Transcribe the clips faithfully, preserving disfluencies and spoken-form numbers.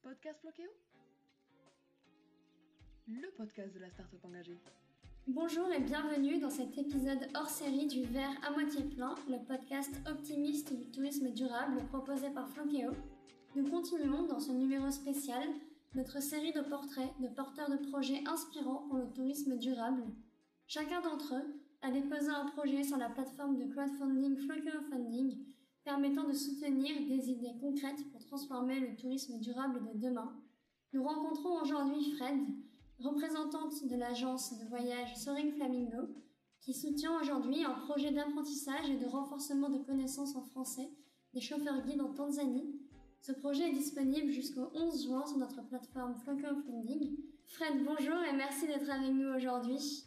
Podcast Floqueo, le podcast de la start-up engagée. Bonjour et bienvenue dans cet épisode hors série du Verre à moitié plein, le podcast optimiste du tourisme durable proposé par Floqueo. Nous continuons dans ce numéro spécial notre série de portraits de porteurs de projets inspirants pour le tourisme durable. Chacun d'entre eux a déposé un projet sur la plateforme de crowdfunding Floqueo Funding, permettant de soutenir des idées concrètes pour transformer le tourisme durable de demain. Nous rencontrons aujourd'hui Fred, représentante de l'agence de voyage Soaring Flamingo, qui soutient aujourd'hui un projet d'apprentissage et de renforcement de connaissances en français des chauffeurs guides en Tanzanie. Ce projet est disponible jusqu'au onze juin sur notre plateforme Floqueo Funding. Fred, bonjour et merci d'être avec nous aujourd'hui.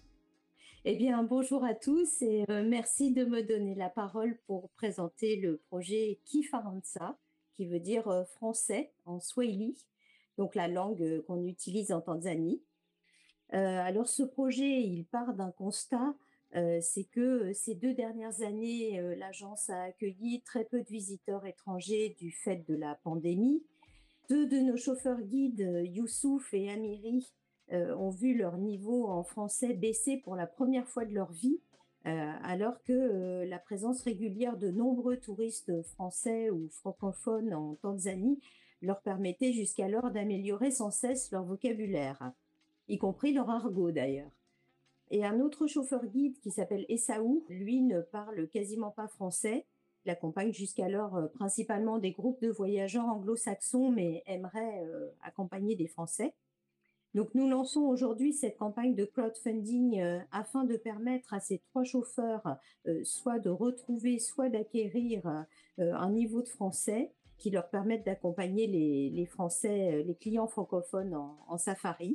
Eh bien, bonjour à tous et euh, merci de me donner la parole pour présenter le projet Kifaransa, qui veut dire euh, français en Swahili, donc la langue euh, qu'on utilise en Tanzanie. Euh, alors, ce projet, il part d'un constat, euh, c'est que ces deux dernières années, euh, l'agence a accueilli très peu de visiteurs étrangers du fait de la pandémie. Deux de nos chauffeurs guides, Youssouf et Amiri, Euh, ont vu leur niveau en français baisser pour la première fois de leur vie, euh, alors que euh, la présence régulière de nombreux touristes français ou francophones en Tanzanie leur permettait jusqu'alors d'améliorer sans cesse leur vocabulaire, y compris leur argot d'ailleurs. Et un autre chauffeur guide qui s'appelle Essaou, lui ne parle quasiment pas français. Il accompagne jusqu'alors euh, principalement des groupes de voyageurs anglo-saxons, mais aimerait euh, accompagner des Français. Donc, nous lançons aujourd'hui cette campagne de crowdfunding euh, afin de permettre à ces trois chauffeurs euh, soit de retrouver, soit d'acquérir euh, un niveau de français qui leur permette d'accompagner les, les Français, les clients francophones en, en safari.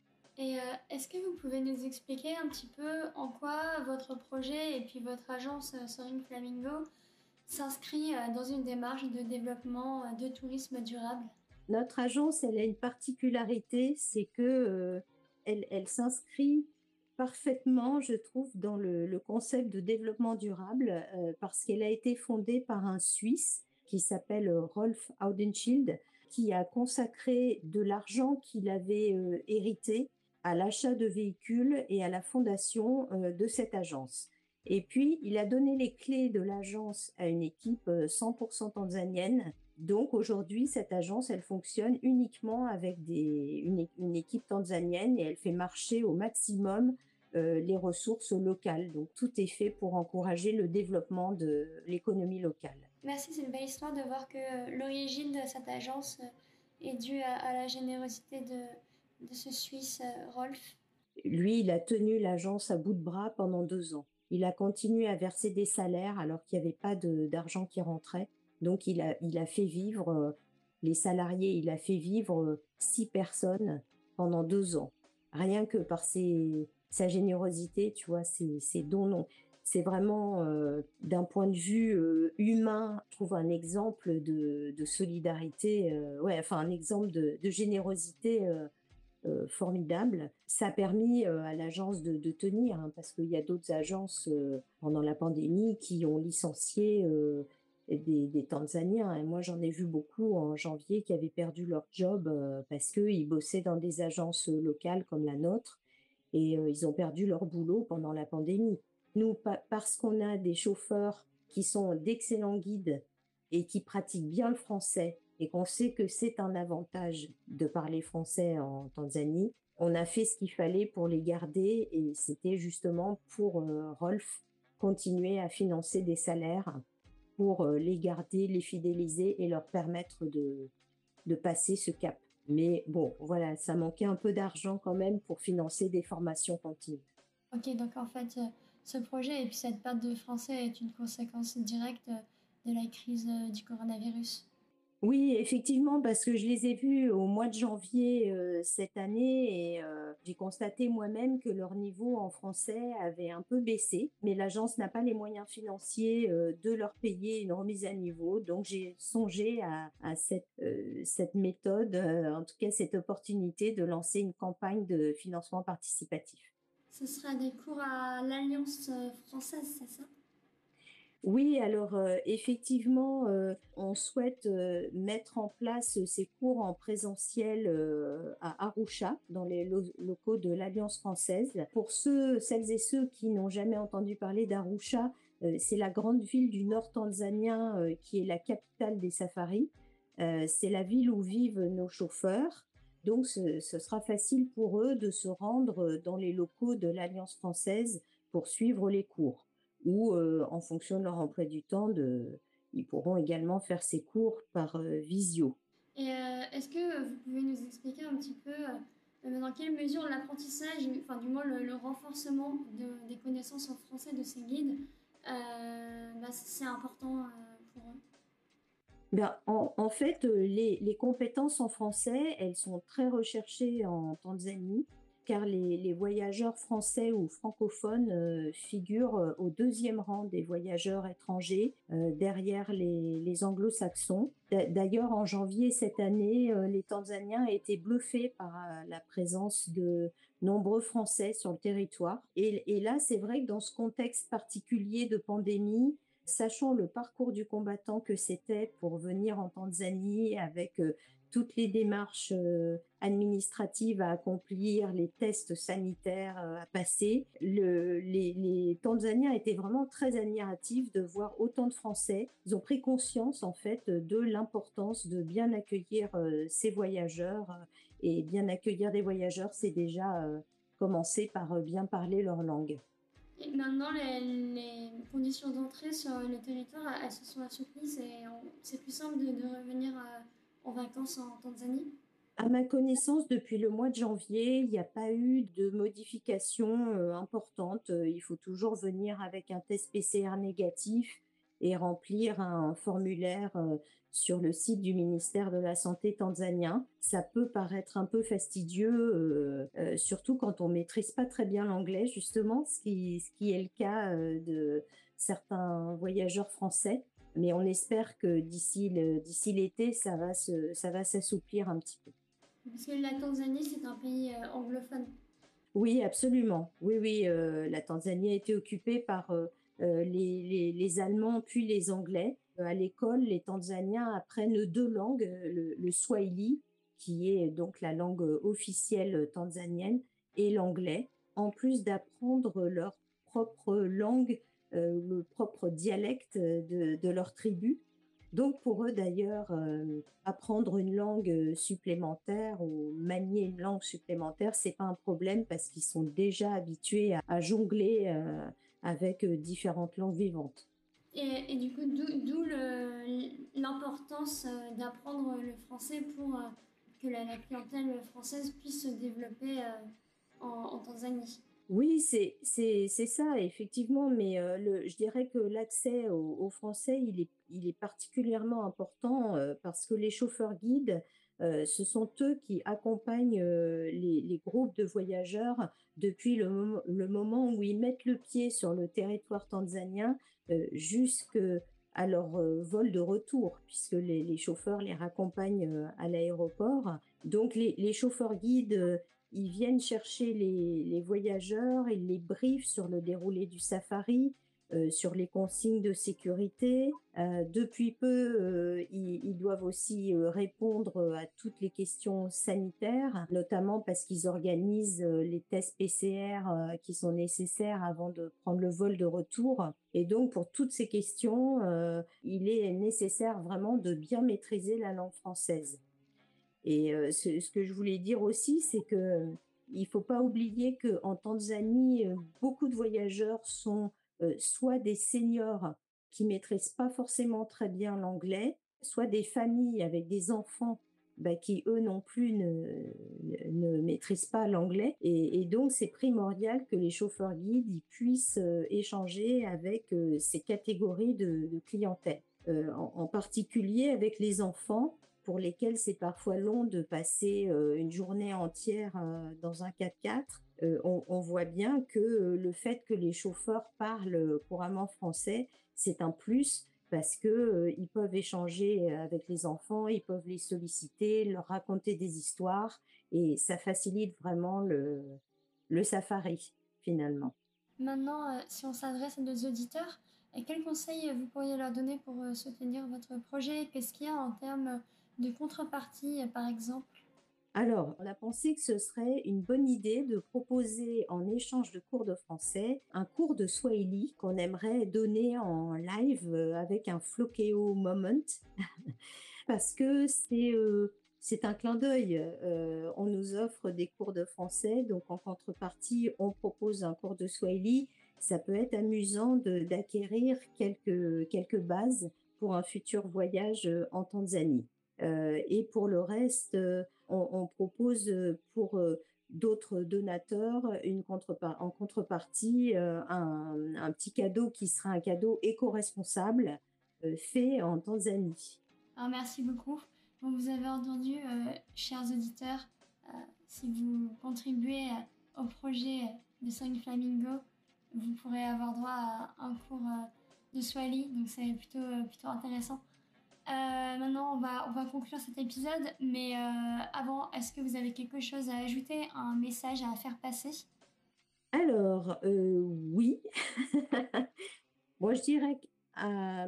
Et euh, est-ce que vous pouvez nous expliquer un petit peu en quoi votre projet et puis votre agence euh, Soaring Flamingo s'inscrit euh, dans une démarche de développement euh, de tourisme durable ? Notre agence, elle a une particularité, c'est que euh, elle, elle s'inscrit parfaitement, je trouve, dans le, le concept de développement durable euh, parce qu'elle a été fondée par un Suisse qui s'appelle Rolf Audenschild, qui a consacré de l'argent qu'il avait euh, hérité à l'achat de véhicules et à la fondation euh, de cette agence. Et puis, il a donné les clés de l'agence à une équipe cent pour cent tanzanienne. Donc, aujourd'hui, cette agence, elle fonctionne uniquement avec des, une, une équipe tanzanienne et elle fait marcher au maximum euh, les ressources locales. Donc, tout est fait pour encourager le développement de l'économie locale. Merci, c'est une belle histoire de voir que l'origine de cette agence est due à, à la générosité de, de ce Suisse, Rolf. Lui, il a tenu l'agence à bout de bras pendant deux ans. Il a continué à verser des salaires alors qu'il n'y avait pas de, d'argent qui rentrait. Donc, il a, il a fait vivre euh, les salariés, il a fait vivre euh, six personnes pendant deux ans. Rien que par ses, sa générosité, tu vois, ses, ses dons. Non. C'est vraiment, euh, d'un point de vue euh, humain, je trouve un exemple de, de solidarité, euh, ouais, enfin un exemple de, de générosité euh, Euh, formidable. Ça a permis euh, à l'agence de, de tenir, hein, parce qu'il y a d'autres agences euh, pendant la pandémie qui ont licencié euh, des, des Tanzaniens. Et moi, j'en ai vu beaucoup en janvier qui avaient perdu leur job euh, parce qu'ils bossaient dans des agences locales comme la nôtre et euh, ils ont perdu leur boulot pendant la pandémie. Nous, pa- parce qu'on a des chauffeurs qui sont d'excellents guides et qui pratiquent bien le français, et qu'on sait que c'est un avantage de parler français en Tanzanie, on a fait ce qu'il fallait pour les garder et c'était justement pour euh, Rolf continuer à financer des salaires pour euh, les garder, les fidéliser et leur permettre de, de passer ce cap. Mais bon, voilà, ça manquait un peu d'argent quand même pour financer des formations continues. Ok, donc en fait, ce projet et puis cette perte de français est une conséquence directe de la crise du coronavirus. Oui, effectivement, parce que je les ai vus au mois de janvier euh, cette année et euh, j'ai constaté moi-même que leur niveau en français avait un peu baissé, mais l'agence n'a pas les moyens financiers euh, de leur payer une remise à niveau. Donc j'ai songé à, à cette, euh, cette méthode, euh, en tout cas cette opportunité de lancer une campagne de financement participatif. Ce sera des cours à l'Alliance française, c'est ça ? Oui, alors euh, effectivement, euh, on souhaite euh, mettre en place ces cours en présentiel euh, à Arusha, dans les lo- locaux de l'Alliance française. Pour ceux, celles et ceux qui n'ont jamais entendu parler d'Arusha, euh, c'est la grande ville du nord tanzanien euh, qui est la capitale des safaris. Euh, c'est la ville où vivent nos chauffeurs. Donc, ce, ce sera facile pour eux de se rendre dans les locaux de l'Alliance française pour suivre les cours ou euh, en fonction de leur emploi du temps, de, ils pourront également faire ces cours par euh, visio. Et euh, est-ce que vous pouvez nous expliquer un petit peu euh, dans quelle mesure l'apprentissage, enfin du moins le, le renforcement de, des connaissances en français de ces guides, euh, bah, c'est important euh, pour eux? Ben, en, en fait, euh, les, les compétences en français, elles sont très recherchées en Tanzanie, car les, les voyageurs français ou francophones euh, figurent euh, au deuxième rang des voyageurs étrangers, euh, derrière les, les anglo-saxons. D'a- D'ailleurs, en janvier cette année, euh, les Tanzaniens étaient bluffés par euh, la présence de nombreux Français sur le territoire. Et, et là, c'est vrai que dans ce contexte particulier de pandémie, sachant le parcours du combattant que c'était pour venir en Tanzanie avec euh, toutes les démarches euh, administratives à accomplir, les tests sanitaires euh, à passer, le, les, les Tanzaniens étaient vraiment très admiratifs de voir autant de Français. Ils ont pris conscience en fait de l'importance de bien accueillir euh, ces voyageurs euh, et bien accueillir des voyageurs, c'est déjà euh, commencer par euh, bien parler leur langue. Et maintenant, les, les conditions d'entrée sur le territoire, elles se sont assouplies. C'est, c'est plus simple de, de revenir euh, en vacances en Tanzanie. À ma connaissance, depuis le mois de janvier, il n'y a pas eu de modification euh, importante. Euh, Il faut toujours venir avec un test P C R négatif et remplir un formulaire euh, sur le site du ministère de la Santé tanzanien. Ça peut paraître un peu fastidieux, euh, euh, surtout quand on maîtrise pas très bien l'anglais, justement, ce qui, ce qui est le cas euh, de certains voyageurs français. Mais on espère que d'ici le, d'ici l'été, ça va se, ça va s'assouplir un petit peu. Parce que la Tanzanie, c'est un pays euh, anglophone. Oui, absolument. Oui, oui, euh, la Tanzanie a été occupée par euh, euh, les, les, les Allemands puis les Anglais. Euh, à l'école, les Tanzaniens apprennent deux langues, euh, le, le Swahili, qui est donc la langue officielle tanzanienne, et l'anglais, en plus d'apprendre leur propre langue, euh, le propre dialecte de, de leur tribu. Donc pour eux d'ailleurs, euh, apprendre une langue euh, supplémentaire ou manier une langue supplémentaire, c'est pas un problème parce qu'ils sont déjà habitués à, à jongler euh, avec euh, différentes langues vivantes. Et, et du coup, d'où, d'où le, l'importance euh, d'apprendre le français pour euh, que la, la clientèle française puisse se développer euh, en, en Tanzanie. Oui, c'est c'est c'est ça effectivement, mais euh, le, je dirais que l'accès au, au français, il est il est particulièrement important euh, parce que les chauffeurs guides, euh, ce sont eux qui accompagnent euh, les, les groupes de voyageurs depuis le, mom- le moment où ils mettent le pied sur le territoire tanzanien euh, jusque à leur euh, vol de retour, puisque les, les chauffeurs les raccompagnent euh, à l'aéroport. Donc les, les chauffeurs guides euh, ils viennent chercher les, les voyageurs, ils les briefent sur le déroulé du safari, euh, sur les consignes de sécurité. Euh, depuis peu, euh, ils, ils doivent aussi euh, répondre à toutes les questions sanitaires, notamment parce qu'ils organisent euh, les tests P C R euh, qui sont nécessaires avant de prendre le vol de retour. Et donc, pour toutes ces questions, euh, il est nécessaire vraiment de bien maîtriser la langue française. Et euh, ce, ce que je voulais dire aussi, c'est que euh, il faut pas oublier que en Tanzanie, euh, beaucoup de voyageurs sont euh, soit des seniors qui maîtrisent pas forcément très bien l'anglais, soit des familles avec des enfants bah, qui eux non plus ne, ne maîtrisent pas l'anglais. Et, et donc c'est primordial que les chauffeurs guides ils puissent euh, échanger avec euh, ces catégories de, de clientèle. Euh, en, en particulier avec les enfants pour lesquels c'est parfois long de passer euh, une journée entière euh, dans un quatre-quatre. Euh, on, on voit bien que euh, le fait que les chauffeurs parlent couramment français, c'est un plus parce que euh, ils peuvent échanger avec les enfants, ils peuvent les solliciter, leur raconter des histoires et ça facilite vraiment le, le safari finalement. Maintenant, euh, si on s'adresse à nos auditeurs, Et quels conseils vous pourriez leur donner pour euh, soutenir votre projet? Qu'est-ce qu'il y a en termes de contrepartie, par exemple? Alors, on a pensé que ce serait une bonne idée de proposer en échange de cours de français un cours de Swahili qu'on aimerait donner en live euh, avec un Flokeo Moment parce que c'est euh, c'est un clin d'œil. Euh, on nous offre des cours de français, donc en contrepartie, on propose un cours de Swahili. Ça peut être amusant de, d'acquérir quelques, quelques bases pour un futur voyage euh, en Tanzanie. Euh, et pour le reste, euh, on, on propose euh, pour euh, d'autres donateurs une contrepar- en contrepartie euh, un, un petit cadeau qui sera un cadeau éco-responsable euh, fait en Tanzanie. Alors, merci beaucoup. Bon, vous avez entendu, euh, chers auditeurs, euh, si vous contribuez euh, au projet de cinq Flamingo, vous pourrez avoir droit à un cours euh, de Swahili, donc c'est plutôt, euh, plutôt intéressant. Euh, maintenant, on va, on va conclure cet épisode, mais euh, avant, est-ce que vous avez quelque chose à ajouter, un message à faire passer? Alors, euh, oui. Moi, je dirais qu'à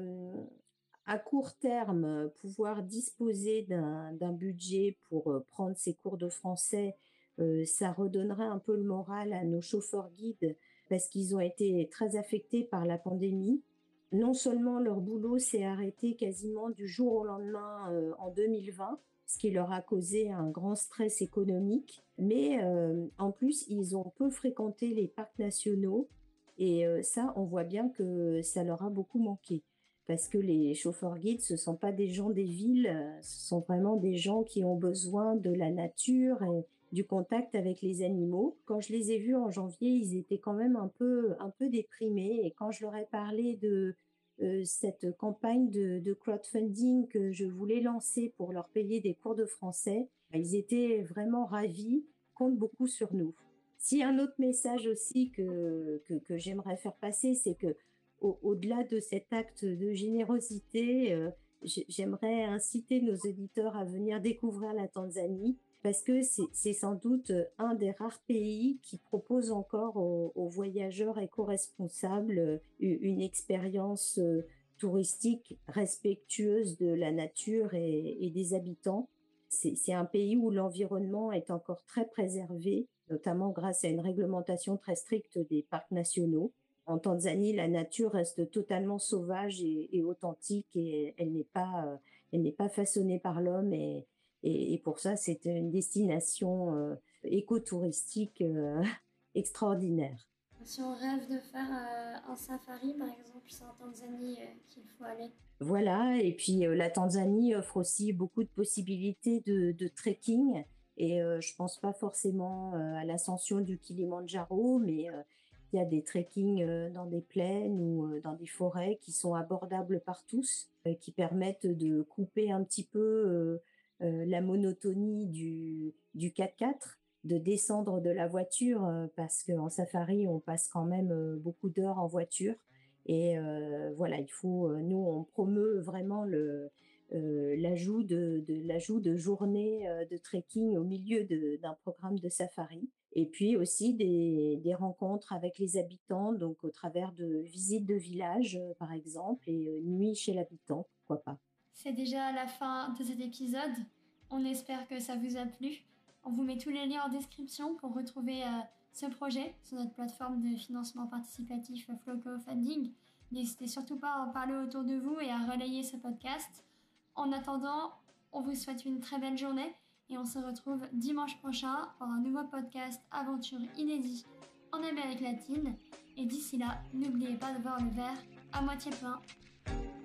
à court terme, pouvoir disposer d'un, d'un budget pour euh, prendre ces cours de français, euh, ça redonnerait un peu le moral à nos chauffeurs guides parce qu'ils ont été très affectés par la pandémie. Non seulement leur boulot s'est arrêté quasiment du jour au lendemain euh, en deux mille vingt, ce qui leur a causé un grand stress économique, mais euh, en plus, ils ont peu fréquenté les parcs nationaux et euh, ça, on voit bien que ça leur a beaucoup manqué parce que les chauffeurs guides, ce ne sont pas des gens des villes, euh, ce sont vraiment des gens qui ont besoin de la nature et du contact avec les animaux. Quand je les ai vus en janvier, ils étaient quand même un peu, un peu déprimés. Et quand je leur ai parlé de euh, cette campagne de, de crowdfunding que je voulais lancer pour leur payer des cours de français, ils étaient vraiment ravis, comptent beaucoup sur nous. Si un autre message aussi que, que, que j'aimerais faire passer, c'est que au, au-delà de cet acte de générosité, euh, j'aimerais inciter nos auditeurs à venir découvrir la Tanzanie parce que c'est, c'est sans doute un des rares pays qui propose encore aux, aux voyageurs éco-responsables une expérience euh, touristique respectueuse de la nature et, et des habitants. C'est, c'est un pays où l'environnement est encore très préservé, notamment grâce à une réglementation très stricte des parcs nationaux. En Tanzanie, la nature reste totalement sauvage et, et authentique et elle n'est pas, euh, elle n'est pas façonnée par l'homme et, et, et pour ça, c'est une destination euh, écotouristique euh, extraordinaire. Si on rêve de faire euh, un safari, par exemple, c'est en Tanzanie euh, qu'il faut aller. Voilà, et puis euh, la Tanzanie offre aussi beaucoup de possibilités de, de trekking et euh, je pense pas forcément euh, à l'ascension du Kilimandjaro, mais euh, il y a des trekkings euh, dans des plaines ou euh, dans des forêts qui sont abordables par tous, euh, qui permettent de couper un petit peu euh, euh, la monotonie du, du quatre-quatre, de descendre de la voiture, euh, parce qu'en safari, on passe quand même euh, beaucoup d'heures en voiture. Et euh, voilà, il faut, euh, nous, on promeut vraiment le, euh, l'ajout de, de, l'ajout de journées euh, de trekking au milieu de, d'un programme de safari. Et puis aussi des, des rencontres avec les habitants, donc au travers de visites de villages, euh, par exemple, et euh, nuit chez l'habitant, pourquoi pas. C'est déjà la fin de cet épisode. On espère que ça vous a plu. On vous met tous les liens en description pour retrouver euh, ce projet sur notre plateforme de financement participatif Floko Funding. N'hésitez surtout pas à en parler autour de vous et à relayer ce podcast. En attendant, on vous souhaite une très belle journée et on se retrouve dimanche prochain pour un nouveau podcast aventure inédit en Amérique latine. Et d'ici là, n'oubliez pas de voir le verre à moitié plein.